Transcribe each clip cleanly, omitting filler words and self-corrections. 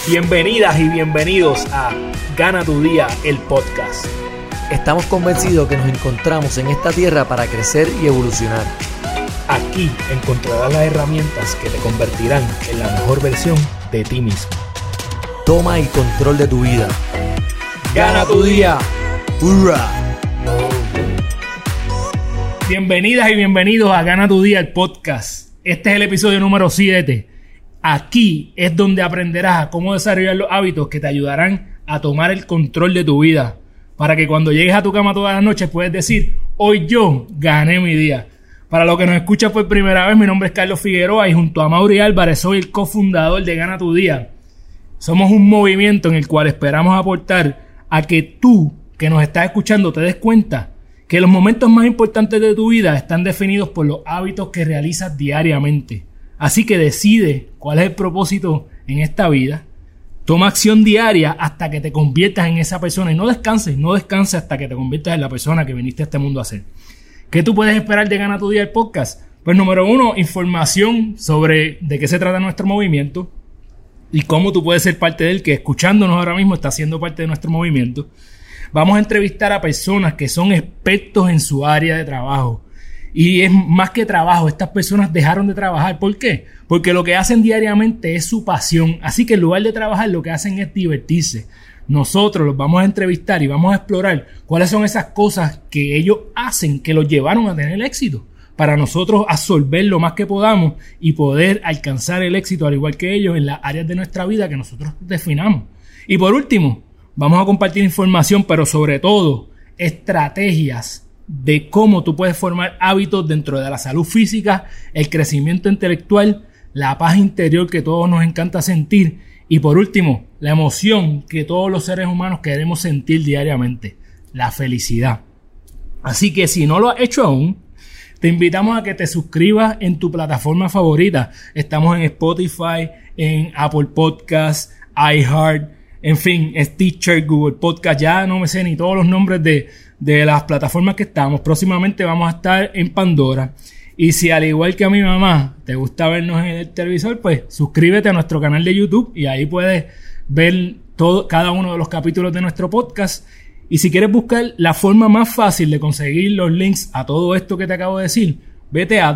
Bienvenidas y bienvenidos a Gana tu Día, el podcast. Estamos convencidos que nos encontramos en esta tierra para crecer y evolucionar. Aquí encontrarás las herramientas que te convertirán en la mejor versión de ti mismo. Toma el control de tu vida. ¡Gana tu día! ¡Hurra! Bienvenidas y bienvenidos a Gana tu Día, el podcast. Este es el episodio número 7. Aquí es donde aprenderás a cómo desarrollar los hábitos que te ayudarán a tomar el control de tu vida. Para que cuando llegues a tu cama todas las noches puedes decir, hoy yo gané mi día. Para los que nos escuchan por primera vez, mi nombre es Carlos Figueroa y junto a Mauri Álvarez soy el cofundador de Gana tu Día. Somos un movimiento en el cual esperamos aportar a que tú, que nos estás escuchando, te des cuenta que los momentos más importantes de tu vida están definidos por los hábitos que realizas diariamente. Así que decide cuál es el propósito en esta vida. Toma acción diaria hasta que te conviertas en esa persona y no descanses hasta que te conviertas en la persona que viniste a este mundo a ser. ¿Qué tú puedes esperar de Gana tu Día el podcast? Pues número 1, información sobre de qué se trata nuestro movimiento y cómo tú puedes ser parte de él, que escuchándonos ahora mismo está siendo parte de nuestro movimiento. Vamos a entrevistar a personas que son expertos en su área de trabajo. Y es más que trabajo, estas personas dejaron de trabajar. ¿Por qué? Porque lo que hacen diariamente es su pasión. Así que en lugar de trabajar, lo que hacen es divertirse. Nosotros los vamos a entrevistar y vamos a explorar cuáles son esas cosas que ellos hacen que los llevaron a tener éxito. Para nosotros absorber lo más que podamos y poder alcanzar el éxito al igual que ellos en las áreas de nuestra vida que nosotros definamos. Y por último, vamos a compartir información, pero sobre todo estrategias de cómo tú puedes formar hábitos dentro de la salud física, el crecimiento intelectual, la paz interior que todos nos encanta sentir y por último, la emoción que todos los seres humanos queremos sentir diariamente, la felicidad. Así que si no lo has hecho aún, te invitamos a que te suscribas en tu plataforma favorita. Estamos en Spotify, en Apple Podcasts, iHeart, en fin, Stitcher, Google Podcast, ya no me sé ni todos los nombres de las plataformas que estamos. Próximamente vamos a estar en Pandora. Y si al igual que a mi mamá te gusta vernos en el televisor, pues suscríbete a nuestro canal de YouTube y ahí puedes ver cada uno de los capítulos de nuestro podcast. Y si quieres buscar la forma más fácil de conseguir los links a todo esto que te acabo de decir, vete a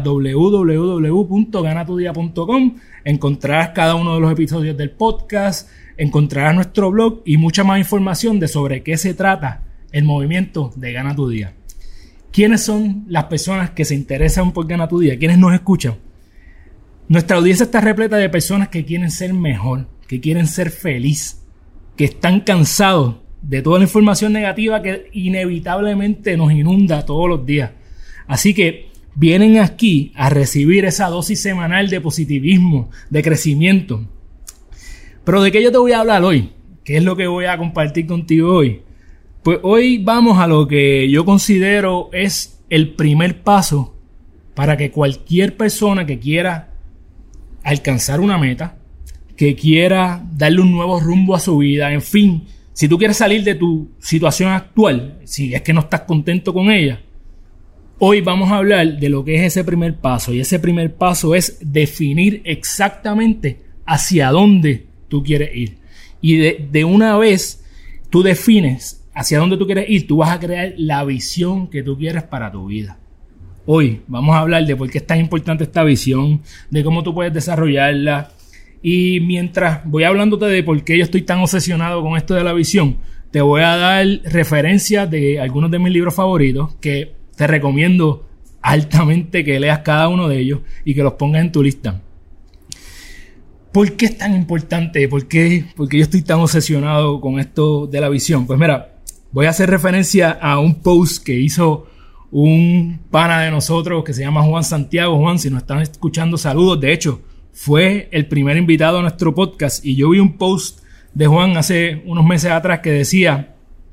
www.ganatudia.com, encontrarás cada uno de los episodios del podcast, encontrarás nuestro blog y mucha más información de sobre qué se trata el movimiento de Gana tu Día. ¿Quiénes son las personas que se interesan por Gana tu Día? ¿Quiénes nos escuchan? Nuestra audiencia está repleta de personas que quieren ser mejor, que quieren ser feliz, que están cansados de toda la información negativa que inevitablemente nos inunda todos los días. Así que vienen aquí a recibir esa dosis semanal de positivismo, de crecimiento. Pero ¿de qué yo te voy a hablar hoy? ¿Qué es lo que voy a compartir contigo hoy? Pues hoy vamos a lo que yo considero es el primer paso para que cualquier persona que quiera alcanzar una meta, que quiera darle un nuevo rumbo a su vida, en fin, si tú quieres salir de tu situación actual, si es que no estás contento con ella, hoy vamos a hablar de lo que es ese primer paso. Y ese primer paso es definir exactamente hacia dónde tú quieres ir. Y de una vez tú defines hacia dónde tú quieres ir, tú vas a crear la visión que tú quieres para tu vida. Hoy vamos a hablar de por qué es tan importante esta visión, de cómo tú puedes desarrollarla. Y mientras voy hablándote de por qué yo estoy tan obsesionado con esto de la visión, te voy a dar referencias de algunos de mis libros favoritos que te recomiendo altamente que leas cada uno de ellos y que los pongas en tu lista. ¿Por qué es tan importante? ¿Por qué yo estoy tan obsesionado con esto de la visión? Pues mira, voy a hacer referencia a un post que hizo un pana de nosotros que se llama Juan Santiago. Juan, si nos están escuchando, saludos. De hecho, fue el primer invitado a nuestro podcast y yo vi un post de Juan hace unos meses atrás que decía: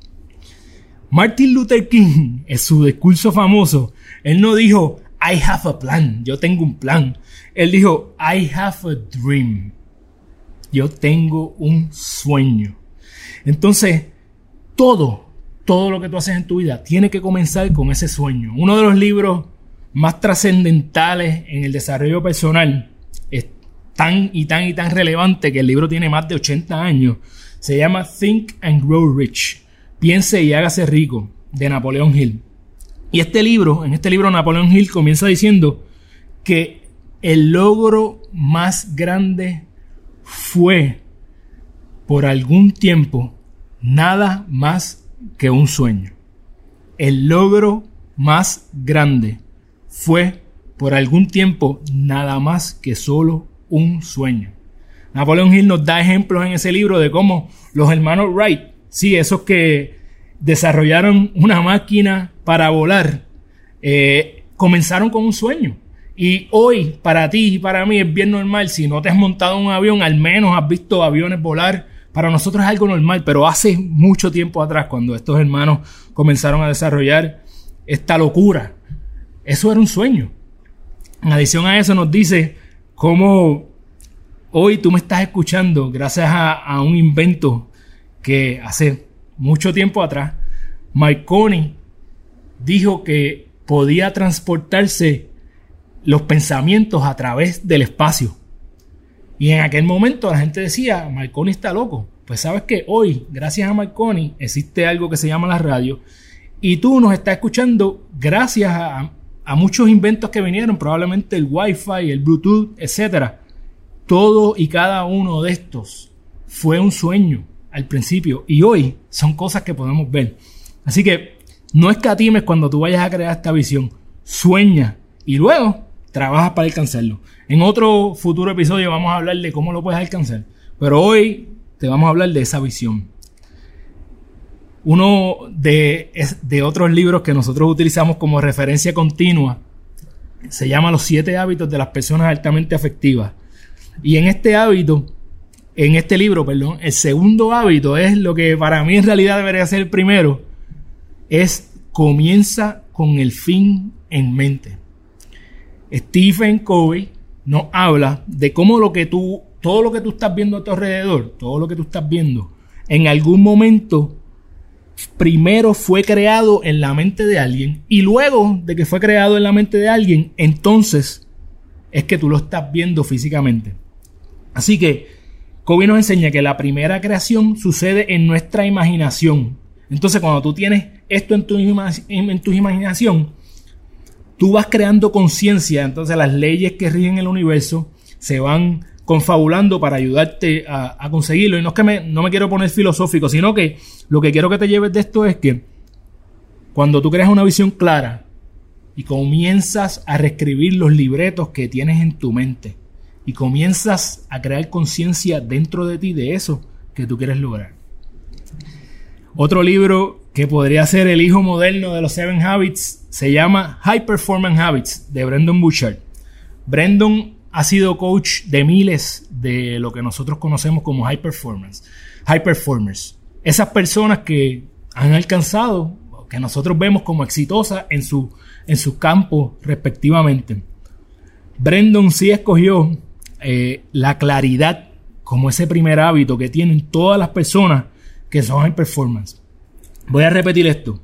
Martin Luther King, en su discurso famoso, él no dijo I have a plan, yo tengo un plan. Él dijo I have a dream, yo tengo un sueño. Entonces, todo lo que tú haces en tu vida tiene que comenzar con ese sueño. Uno de los libros más trascendentales en el desarrollo personal tan relevante que el libro tiene más de 80 años. Se llama Think and Grow Rich. Piense y hágase rico, de Napoleon Hill. Y en este libro Napoleon Hill comienza diciendo que el logro más grande fue, por algún tiempo, nada más que un sueño. El logro más grande fue, por algún tiempo, nada más que solo un sueño. Napoleon Hill nos da ejemplos en ese libro de cómo los hermanos Wright, sí, esos que desarrollaron una máquina para volar, comenzaron con un sueño. Y hoy, para ti y para mí, es bien normal. Si no te has montado en un avión, al menos has visto aviones volar. Para nosotros es algo normal, pero hace mucho tiempo atrás, cuando estos hermanos comenzaron a desarrollar esta locura, eso era un sueño. En adición a eso nos dice cómo hoy tú me estás escuchando gracias a un invento que hace mucho tiempo atrás Marconi dijo que podía transportarse los pensamientos a través del espacio. Y en aquel momento la gente decía, Marconi está loco. Pues sabes que hoy, gracias a Marconi, existe algo que se llama la radio. Y tú nos estás escuchando gracias a muchos inventos que vinieron, probablemente el Wi-Fi, el Bluetooth, etc. Todo y cada uno de estos fue un sueño al principio. Y hoy son cosas que podemos ver. Así que no escatimes cuando tú vayas a crear esta visión. Sueña y luego trabajas para alcanzarlo. En otro futuro episodio vamos a hablar de cómo lo puedes alcanzar. Pero hoy te vamos a hablar de esa visión. Uno de otros libros que nosotros utilizamos como referencia continua se llama Los 7 hábitos de las personas altamente afectivas. Y en este libro, el segundo hábito es lo que para mí en realidad debería ser el primero. Es comienza con el fin en mente. Stephen Covey nos habla de cómo todo lo que tú estás viendo a tu alrededor, todo lo que tú estás viendo, en algún momento primero fue creado en la mente de alguien, y luego de que fue creado en la mente de alguien, entonces es que tú lo estás viendo físicamente. Así que Covey nos enseña que la primera creación sucede en nuestra imaginación. Entonces cuando tú tienes esto en tu imaginación, tú vas creando conciencia. Entonces las leyes que rigen el universo se van confabulando para ayudarte a conseguirlo. Y no es que no me quiero poner filosófico, sino que lo que quiero que te lleves de esto es que cuando tú creas una visión clara y comienzas a reescribir los libretos que tienes en tu mente y comienzas a crear conciencia dentro de ti de eso que tú quieres lograr. Otro libro que podría ser el hijo moderno de los 7 Habits se llama High Performance Habits, de Brendon Burchard. Brendon ha sido coach de miles de lo que nosotros conocemos como high performers. Esas personas que han alcanzado, que nosotros vemos como exitosas en su campo respectivamente. Brendon sí escogió la claridad como ese primer hábito que tienen todas las personas que son high performance. Voy a repetir esto.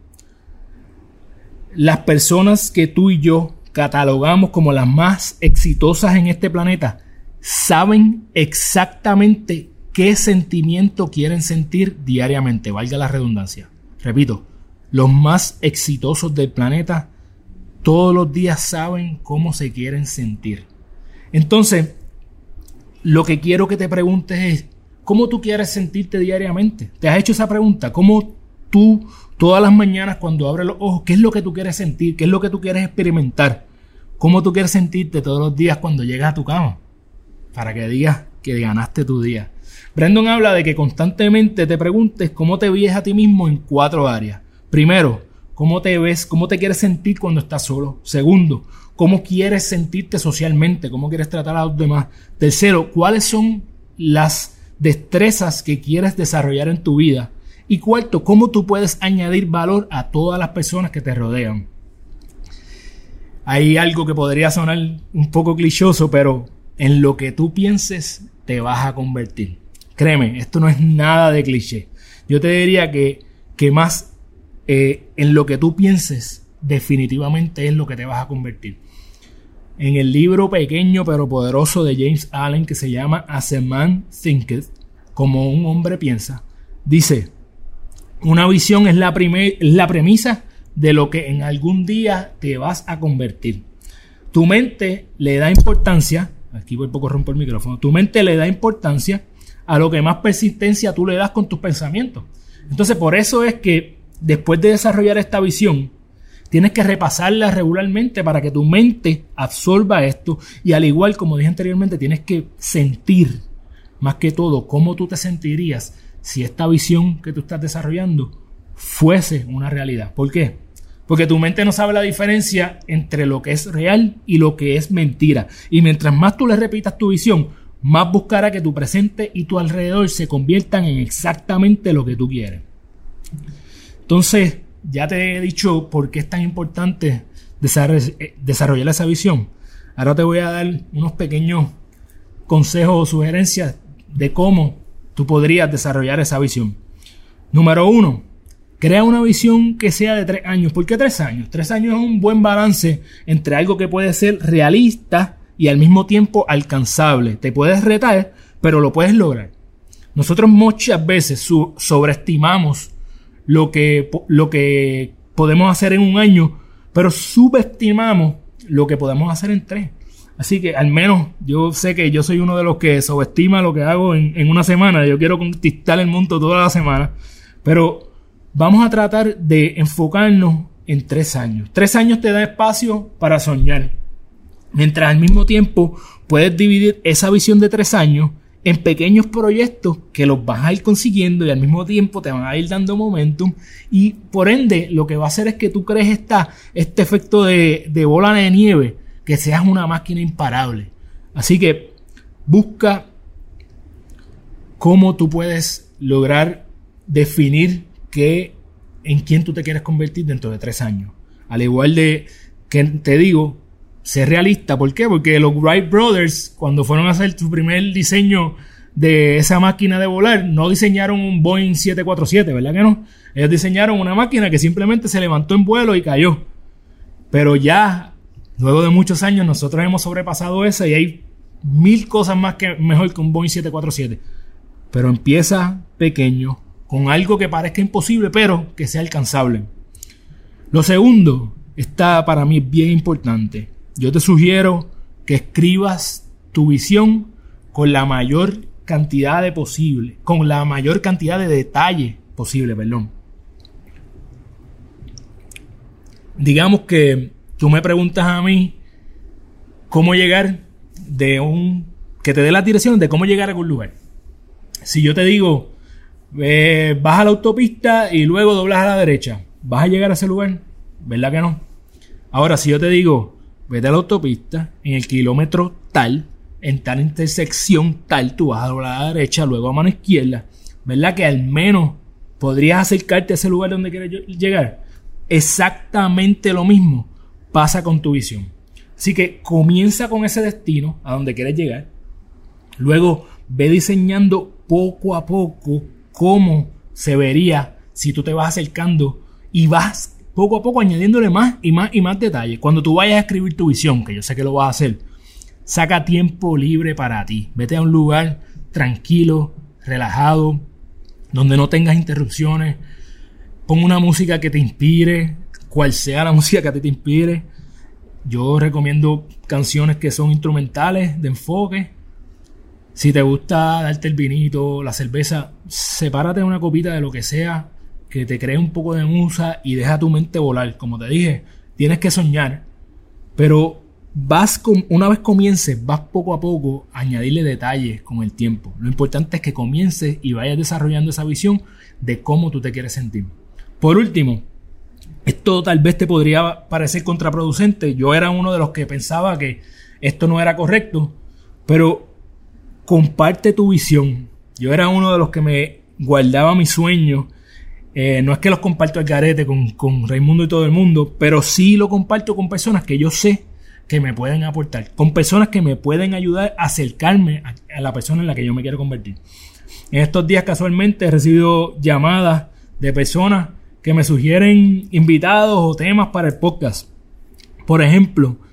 Las personas que tú y yo catalogamos como las más exitosas en este planeta saben exactamente qué sentimiento quieren sentir diariamente, valga la redundancia. Repito, los más exitosos del planeta todos los días saben cómo se quieren sentir. Entonces, lo que quiero que te preguntes es, ¿cómo tú quieres sentirte diariamente? ¿Te has hecho esa pregunta? ¿Cómo tú todas las mañanas cuando abres los ojos, qué es lo que tú quieres sentir? ¿Qué es lo que tú quieres experimentar? ¿Cómo tú quieres sentirte todos los días cuando llegas a tu cama? Para que digas que ganaste tu día. Brendon habla de que constantemente te preguntes cómo te ves a ti mismo en 4 áreas. Primero, ¿cómo te ves? ¿Cómo te quieres sentir cuando estás solo? Segundo, ¿cómo quieres sentirte socialmente? ¿Cómo quieres tratar a los demás? Tercero, ¿cuáles son las destrezas que quieres desarrollar en tu vida? Y cuarto, ¿cómo tú puedes añadir valor a todas las personas que te rodean? Hay algo que podría sonar un poco clichoso, pero en lo que tú pienses te vas a convertir. Créeme, esto no es nada de cliché. Yo te diría que más en lo que tú pienses definitivamente es lo que te vas a convertir. en el libro pequeño pero poderoso de James Allen que se llama As a Man Thinketh, como un hombre piensa, dice: una visión es la premisa de lo que en algún día te vas a convertir. Tu mente le da importancia, aquí por poco rompo el micrófono, tu mente le da importancia a lo que más persistencia tú le das con tus pensamientos. Entonces, por eso es que después de desarrollar esta visión, tienes que repasarla regularmente para que tu mente absorba esto. Y al igual, como dije anteriormente, tienes que sentir, más que todo, cómo tú te sentirías si esta visión que tú estás desarrollando fuese una realidad. ¿Por qué? Porque tu mente no sabe la diferencia entre lo que es real y lo que es mentira. Y mientras más tú le repitas tu visión, más buscará que tu presente y tu alrededor se conviertan en exactamente lo que tú quieres. Entonces, ya te he dicho por qué es tan importante desarrollar esa visión. Ahora te voy a dar unos pequeños consejos o sugerencias de cómo tú podrías desarrollar esa visión. Número 1. Crea una visión que sea de 3 años. ¿Por qué 3 años? 3 años es un buen balance entre algo que puede ser realista y al mismo tiempo alcanzable. Te puedes retar, pero lo puedes lograr. Nosotros muchas veces sobreestimamos lo que podemos hacer en un año, pero subestimamos lo que podemos hacer en 3. Así que al menos yo sé que yo soy uno de los que subestima lo que hago en una semana. Yo quiero conquistar el mundo toda la semana, pero vamos a tratar de enfocarnos en 3 años. 3 años te da espacio para soñar, mientras al mismo tiempo puedes dividir esa visión de 3 años en pequeños proyectos que los vas a ir consiguiendo y al mismo tiempo te van a ir dando momentum, y por ende lo que va a hacer es que tú crees este efecto de bola de nieve, que seas una máquina imparable. Así que busca cómo tú puedes lograr definir en quién tú te quieres convertir dentro de 3 años. Al igual de que te digo, ser realista. ¿Por qué? Porque los Wright Brothers, cuando fueron a hacer su primer diseño de esa máquina de volar, no diseñaron un Boeing 747, ¿verdad que no? Ellos diseñaron una máquina que simplemente se levantó en vuelo y cayó. Pero ya, luego de muchos años, nosotros hemos sobrepasado eso y hay 1000 cosas más que mejor que un Boeing 747. Pero empieza pequeño, con algo que parezca imposible, pero que sea alcanzable. Lo segundo, está para mí bien importante. Yo te sugiero que escribas tu visión con la mayor cantidad de detalles posible, perdón. Digamos que tú me preguntas a mí cómo llegar que te dé las direcciones de cómo llegar a algún lugar. Si yo te digo, vas a la autopista y luego doblas a la derecha, ¿vas a llegar a ese lugar? ¿Verdad que no? Ahora, si yo te digo, vete a la autopista en el kilómetro tal, en tal intersección tal, tú vas a doblar a la derecha, luego a mano izquierda, ¿verdad? Que al menos podrías acercarte a ese lugar donde quieres llegar. Exactamente lo mismo pasa con tu visión. Así que comienza con ese destino a donde quieres llegar. Luego ve diseñando poco a poco cómo se vería si tú te vas acercando y vas poco a poco añadiéndole más y más y más detalles. Cuando tú vayas a escribir tu visión, que yo sé que lo vas a hacer, saca tiempo libre para ti. Vete a un lugar tranquilo, relajado, donde no tengas interrupciones. Pon una música que te inspire, cual sea la música que a ti te inspire. Yo recomiendo canciones que son instrumentales, de enfoque. Si te gusta darte el vinito, la cerveza, sepárate una copita de lo que sea que te cree un poco de musa y deja tu mente volar. Como te dije, tienes que soñar, pero una vez comiences, vas poco a poco a añadirle detalles con el tiempo. Lo importante es que comiences y vayas desarrollando esa visión de cómo tú te quieres sentir. Por último, esto tal vez te podría parecer contraproducente. Yo era uno de los que pensaba que esto no era correcto, pero comparte tu visión. Yo era uno de los que me guardaba mis sueños. No es que los comparto al garete con Raimundo y todo el mundo, pero sí lo comparto con personas que yo sé que me pueden aportar, con personas que me pueden ayudar a acercarme a la persona en la que yo me quiero convertir. En estos días casualmente he recibido llamadas de personas que me sugieren invitados o temas para el podcast. Por ejemplo,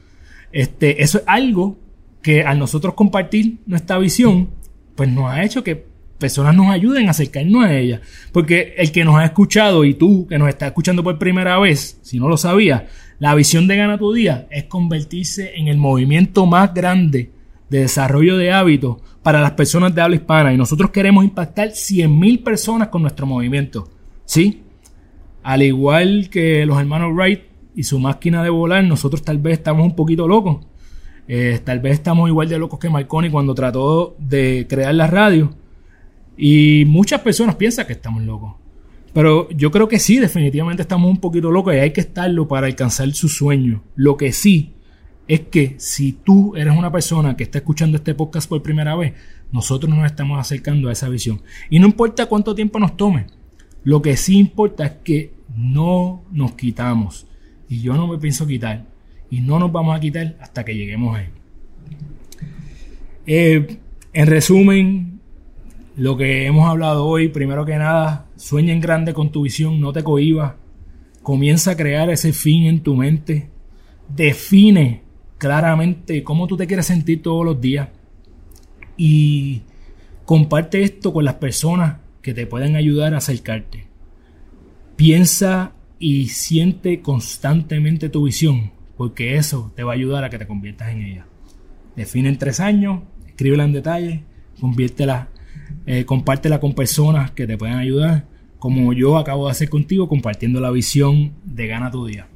Eso es algo que al nosotros compartir nuestra visión, pues nos ha hecho que personas nos ayuden a acercarnos a ella. Porque el que nos ha escuchado y tú que nos estás escuchando por primera vez, si no lo sabías, la visión de Gana tu Día es convertirse en el movimiento más grande de desarrollo de hábitos para las personas de habla hispana. Y nosotros queremos impactar 100,000 personas con nuestro movimiento. ¿Sí? Al igual que los hermanos Wright y su máquina de volar, nosotros tal vez estamos un poquito locos. Tal vez estamos igual de locos que Marconi cuando trató de crear la radio. Y muchas personas piensan que estamos locos. Pero yo creo que sí, definitivamente estamos un poquito locos y hay que estarlo para alcanzar su sueño. Lo que sí es que si tú eres una persona que está escuchando este podcast por primera vez, nosotros nos estamos acercando a esa visión. Y no importa cuánto tiempo nos tome, lo que sí importa es que no nos quitamos. Y yo no me pienso quitar. Y no nos vamos a quitar hasta que lleguemos ahí. En resumen, lo que hemos hablado hoy, primero que nada, sueña en grande con tu visión, no te cohibas. Comienza a crear ese fin en tu mente. Define claramente cómo tú te quieres sentir todos los días. Y comparte esto con las personas que te pueden ayudar a acercarte. Piensa y siente constantemente tu visión, porque eso te va a ayudar a que te conviertas en ella. Define en 3 años, escríbela en detalle, compártela con personas que te puedan ayudar, como yo acabo de hacer contigo, compartiendo la visión de Gana tu Día.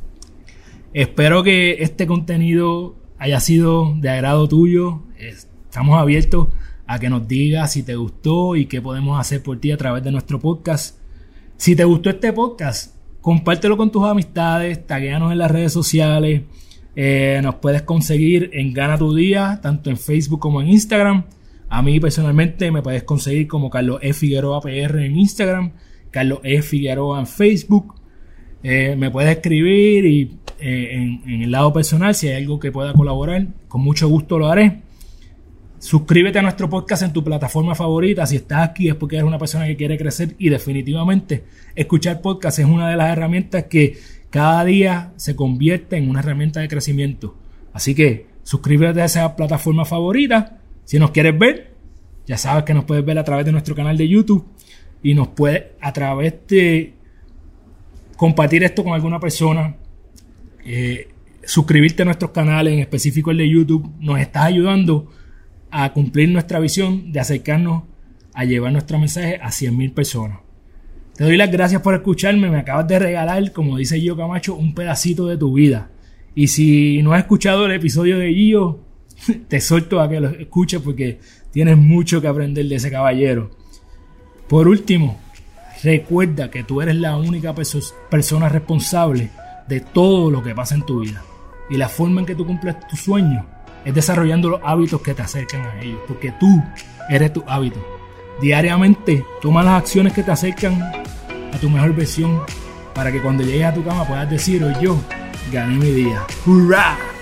Espero que este contenido haya sido de agrado tuyo. Estamos abiertos a que nos digas si te gustó y qué podemos hacer por ti a través de nuestro podcast. Si te gustó este podcast, compártelo con tus amistades, taguéanos en las redes sociales. Nos puedes conseguir en Gana tu Día, tanto en Facebook como en Instagram. A mí personalmente me puedes conseguir como Carlos E. Figueroa PR en Instagram, Carlos E. Figueroa en Facebook. Me puedes escribir y en el lado personal, si hay algo que pueda colaborar, con mucho gusto lo haré. Suscríbete a nuestro podcast en tu plataforma favorita. Si estás aquí es porque eres una persona que quiere crecer, y definitivamente escuchar podcast es una de las herramientas que cada día se convierte en una herramienta de crecimiento. Así que suscríbete a esa plataforma favorita. Si nos quieres ver, ya sabes que nos puedes ver a través de nuestro canal de YouTube y nos puedes a través de compartir esto con alguna persona, suscribirte a nuestros canales, en específico el de YouTube. Nos estás ayudando a cumplir nuestra visión de acercarnos a llevar nuestro mensaje a 100,000 personas. Te doy las gracias por escucharme. Me acabas de regalar, como dice Gio Camacho, un pedacito de tu vida. Y si no has escuchado el episodio de Gio, te exhorto a que lo escuches porque tienes mucho que aprender de ese caballero. Por último, recuerda que tú eres la única persona responsable de todo lo que pasa en tu vida. Y la forma en que tú cumples tus sueños es desarrollando los hábitos que te acercan a ellos, porque tú eres tu hábito. Diariamente toma las acciones que te acercan a tu mejor versión para que cuando llegues a tu cama puedas decir: hoy yo gané mi día. ¡Hurra!